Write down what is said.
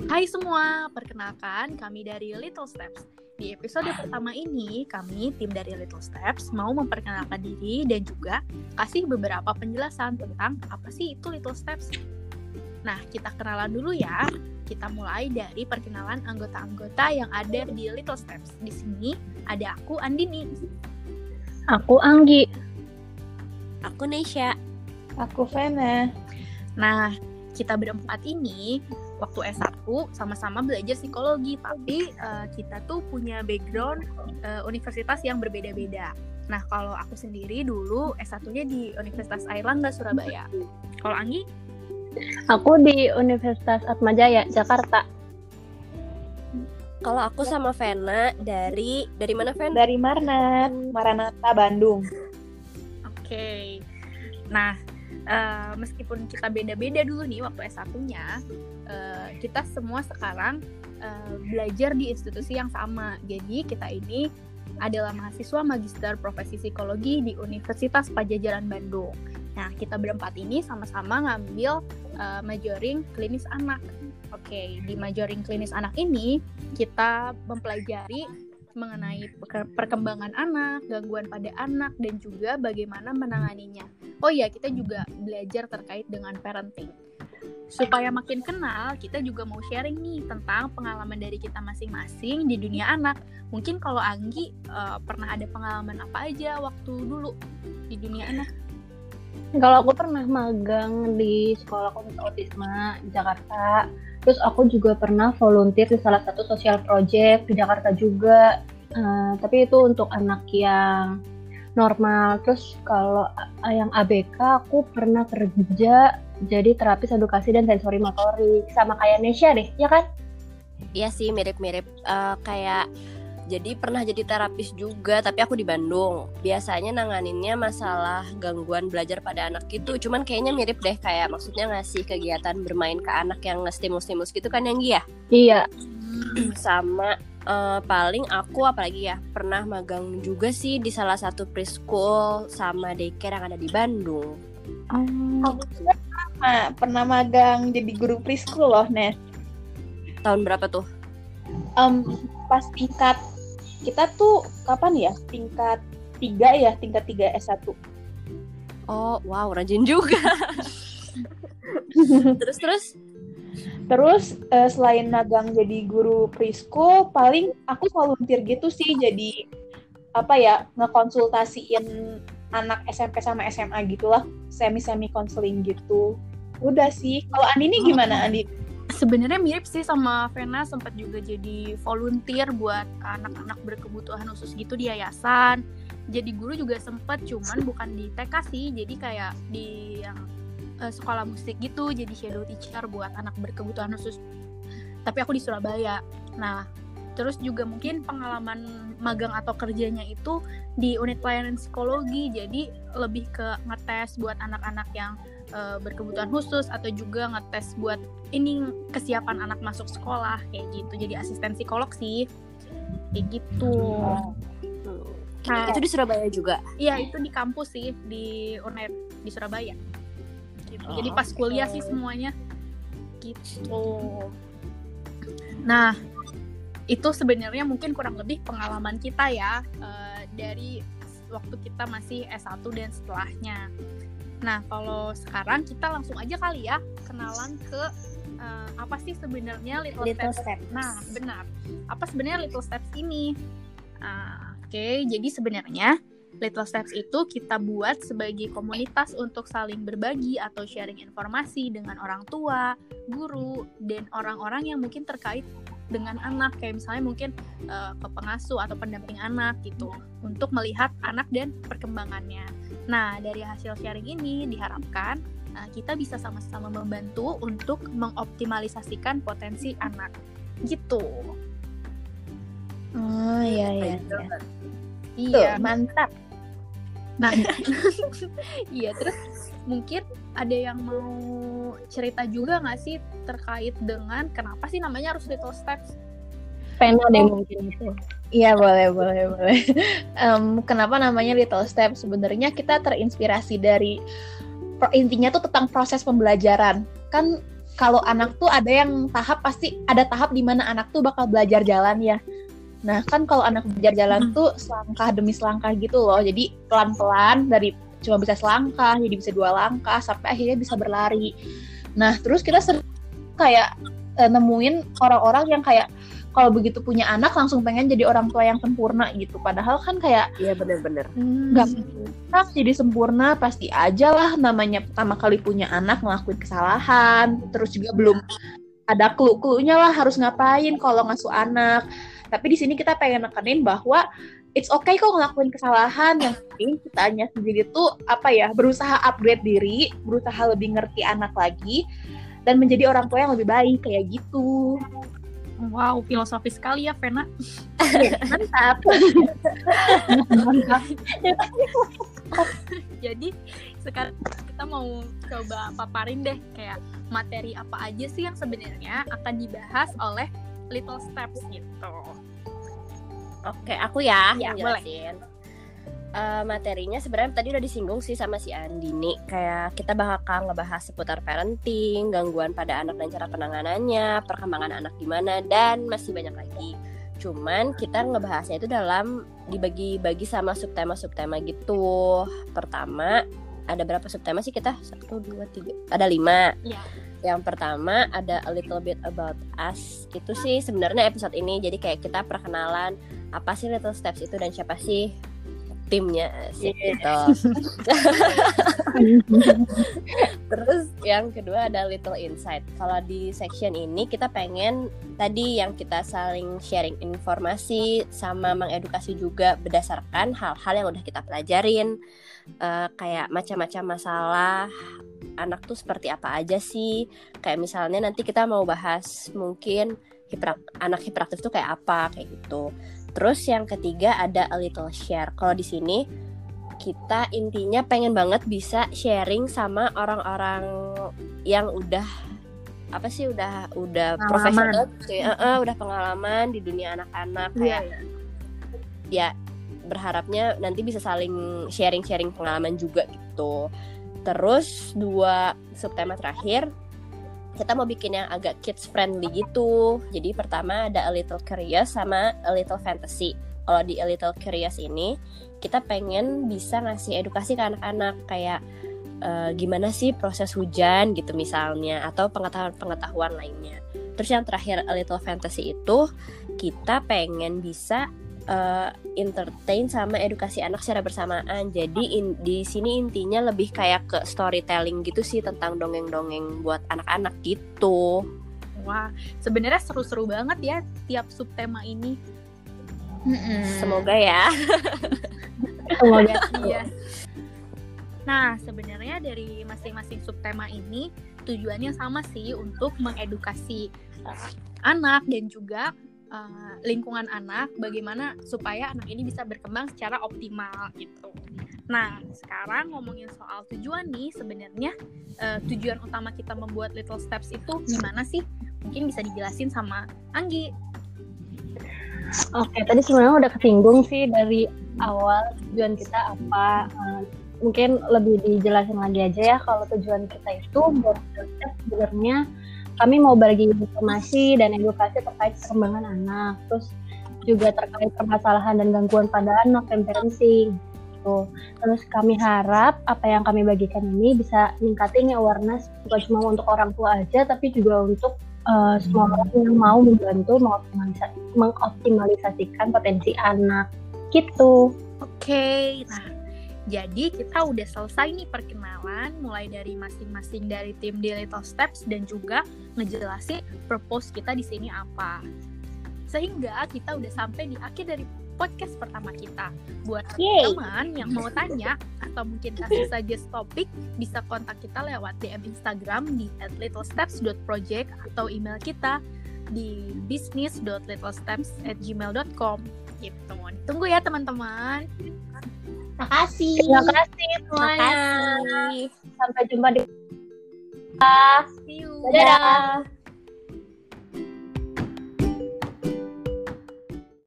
Hai semua, perkenalkan kami dari Little Steps. Di episode pertama ini, kami tim dari Little Steps mau memperkenalkan diri dan juga kasih beberapa penjelasan tentang apa sih itu Little Steps. Nah, kita kenalan dulu ya. Kita mulai dari perkenalan anggota-anggota yang ada di Little Steps. Di sini ada aku, Andini. Aku Anggi. Aku Nesya. Aku Vena. Nah, kita berempat ini waktu S1 sama-sama belajar psikologi, tapi kita tuh punya background universitas yang berbeda-beda. Nah, kalau aku sendiri dulu S1-nya di Universitas Airlangga Surabaya. Kalau Anggi? Aku di Universitas Atmajaya, Jakarta. Kalau aku sama Vena dari mana, Ven? Dari Maranatha, Bandung. Oke. Nah, meskipun kita beda-beda dulu nih waktu S1-nya, kita semua sekarang belajar di institusi yang sama. Jadi kita ini adalah mahasiswa magister profesi psikologi di Universitas Padjadjaran Bandung. Nah, kita berempat ini sama-sama ngambil majoring klinis anak. Oke, di majoring klinis anak ini kita mempelajari mengenai perkembangan anak, gangguan pada anak, dan juga bagaimana menanganinya. Oh iya, kita juga belajar terkait dengan parenting. Supaya makin kenal, kita juga mau sharing nih tentang pengalaman dari kita masing-masing di dunia anak. Mungkin kalau Anggi pernah ada pengalaman apa aja waktu dulu di dunia anak? Kalau aku pernah magang di sekolah khusus autisme di Jakarta. Terus aku juga pernah volunteer di salah satu social project di Jakarta juga. Tapi itu untuk anak yang normal. Terus kalau yang ABK aku pernah kerja jadi terapis edukasi dan sensori motorik sama kayak Nesya deh, ya kan? Iya sih, mirip-mirip. Kayak jadi pernah jadi terapis juga, tapi aku di Bandung. Biasanya nanganinnya masalah gangguan belajar pada anak gitu. Cuman kayaknya mirip deh, kayak maksudnya ngasih kegiatan bermain ke anak yang ngestimulus gitu kan, yang ya? Iya. Sama paling aku apalagi ya pernah magang juga sih di salah satu preschool sama daycare yang ada di Bandung. Aku juga pernah magang jadi guru preschool loh, Nes. Tahun berapa tuh? Pas tingkat kita tuh kapan ya? Tingkat 3 S1. Oh, wow, rajin juga. Terus Selain magang jadi guru preschool, paling aku volunteer gitu sih, jadi ngekonsultasiin anak SMP sama SMA gitulah, semi konseling gitu. Udah sih. Kalau Andi ini gimana, Andi? Sebenarnya mirip sih sama Vena, sempat juga jadi volunteer buat anak-anak berkebutuhan khusus gitu di yayasan. Jadi guru juga sempat, cuman bukan di TK sih, jadi kayak di yang sekolah musik gitu, jadi shadow teacher buat anak berkebutuhan khusus. Tapi aku di Surabaya. Nah, terus juga mungkin pengalaman magang atau kerjanya itu di unit pelayanan psikologi, jadi lebih ke ngetes buat anak-anak yang berkebutuhan khusus, atau juga ngetes buat ini kesiapan anak masuk sekolah kayak gitu. Jadi asisten psikolog sih kayak gitu. Nah, itu di Surabaya juga? Iya, itu di kampus sih, di UNER di Surabaya gitu. Jadi pas kuliah sih semuanya gitu. Nah, itu sebenarnya mungkin kurang lebih pengalaman kita ya dari waktu kita masih S1 dan setelahnya. Nah, kalau sekarang kita langsung aja kali ya kenalan ke apa sih sebenarnya Little Steps. Nah, benar. Apa sebenarnya Little Steps ini? Oke, jadi sebenarnya Little Steps itu kita buat sebagai komunitas untuk saling berbagi atau sharing informasi dengan orang tua, guru, dan orang-orang yang mungkin terkait dengan anak, kayak misalnya mungkin ke pengasuh atau pendamping anak gitu, untuk melihat anak dan perkembangannya. Nah, dari hasil sharing ini diharapkan kita bisa sama-sama membantu untuk mengoptimalisasikan potensi anak gitu. Oh iya. Iya, mantap. Nah, iya, terus mungkin ada yang mau cerita juga nggak sih terkait dengan kenapa sih namanya harus Little Steps? Vena deh mungkin itu. Iya, boleh. Kenapa namanya Little Steps? Sebenarnya kita terinspirasi dari intinya tuh tentang proses pembelajaran. Kan kalau anak tuh ada yang pasti ada tahap di mana anak tuh bakal belajar jalan ya. Nah kan kalau anak belajar jalan tuh selangkah demi selangkah gitu loh. Jadi pelan-pelan dari cuma bisa selangkah jadi bisa 2 langkah sampai akhirnya bisa berlari. Nah terus kita kayak nemuin orang-orang yang kayak kalau begitu punya anak langsung pengen jadi orang tua yang sempurna gitu. Padahal kan kayak Iya benar-benar. nggak bisa jadi sempurna, pasti aja lah namanya pertama kali punya anak ngelakuin kesalahan, terus juga belum ada clue-cluenya lah harus ngapain kalau ngasuh anak. Tapi di sini kita pengen nekenin bahwa it's okay kok ngelakuin kesalahan, yang penting kitanya sendiri tuh berusaha upgrade diri, berusaha lebih ngerti anak lagi dan menjadi orang tua yang lebih baik kayak gitu. Wow, filosofis sekali ya, Vena. Mantap. Jadi sekarang kita mau coba paparin deh kayak materi apa aja sih yang sebenarnya akan dibahas oleh Little Steps gitu. Oke, aku ya Ya, jelasin. Materinya sebenarnya tadi udah disinggung sih sama si Andini. Kayak kita bakal ngebahas seputar parenting, gangguan pada anak dan cara penanganannya, perkembangan anak gimana, dan masih banyak lagi. Cuman kita ngebahasnya itu dalam dibagi-bagi sama subtema-subtema gitu. Pertama, ada berapa subtema sih kita? 1, 2, 3, ada 5. Iya. Yang pertama ada A Little Bit About Us. Itu sih sebenarnya episode ini. Jadi kayak kita perkenalan apa sih Little Steps itu dan siapa sih timnya sih gitu. Terus yang kedua ada Little Insight. Kalau di section ini kita pengen tadi yang kita saling sharing informasi sama mengedukasi juga berdasarkan hal-hal yang udah kita pelajarin. Kayak macam-macam masalah anak tuh seperti apa aja sih. Kayak misalnya nanti kita mau bahas mungkin anak hiperaktif tuh kayak apa, kayak gitu. Terus yang ketiga ada A Little Share. Kalau di sini kita intinya pengen banget bisa sharing sama orang-orang yang udah profesional gitu ya. Udah pengalaman di dunia anak-anak kayak ya berharapnya nanti bisa saling sharing-sharing pengalaman juga gitu. Terus 2 subtema terakhir kita mau bikin yang agak kids friendly gitu. Jadi pertama ada A Little Curious sama A Little Fantasy. Kalau di A Little Curious ini kita pengen bisa ngasih edukasi ke anak-anak kayak gimana sih proses hujan gitu misalnya, atau pengetahuan lainnya. Terus yang terakhir A Little Fantasy itu kita pengen bisa entertain sama edukasi anak secara bersamaan. Jadi di sini intinya lebih kayak ke storytelling gitu sih, tentang dongeng-dongeng buat anak-anak gitu. Wah, sebenarnya seru-seru banget ya tiap subtema ini. Semoga ya. Semoga. Iya. Nah, sebenarnya dari masing-masing subtema ini tujuannya sama sih, untuk mengedukasi anak dan juga lingkungan anak, bagaimana supaya anak ini bisa berkembang secara optimal gitu. Nah, sekarang ngomongin soal tujuan nih, sebenarnya tujuan utama kita membuat Little Steps itu gimana sih? Mungkin bisa dijelasin sama Anggi. Oke, tadi sebenarnya udah kesinggung sih dari awal tujuan kita apa. Mungkin lebih dijelasin lagi aja ya. Kalau tujuan kita itu buat sebenarnya kami mau bagi informasi dan edukasi terkait perkembangan anak, terus juga terkait permasalahan dan gangguan pada anak dan parenting. Gitu. Terus kami harap apa yang kami bagikan ini bisa ningkatin awareness bukan cuma untuk orang tua aja, tapi juga untuk semua orang yang mau membantu mengoptimalisasikan potensi anak. Gitu. Oke, nah jadi kita udah selesai nih perkenalan, mulai dari masing-masing dari tim di Little Steps dan juga ngejelasin purpose kita di sini apa. Sehingga kita udah sampai di akhir dari podcast pertama kita. Buat teman-teman yang mau tanya atau mungkin kasih suggest topik, bisa kontak kita lewat DM Instagram di @littlesteps.project atau email kita di business.littlesteps@gmail.com gitu. Tunggu ya teman-teman. Makasih. Terima kasih semuanya. Makasih. Sampai jumpa di See you. Dadah.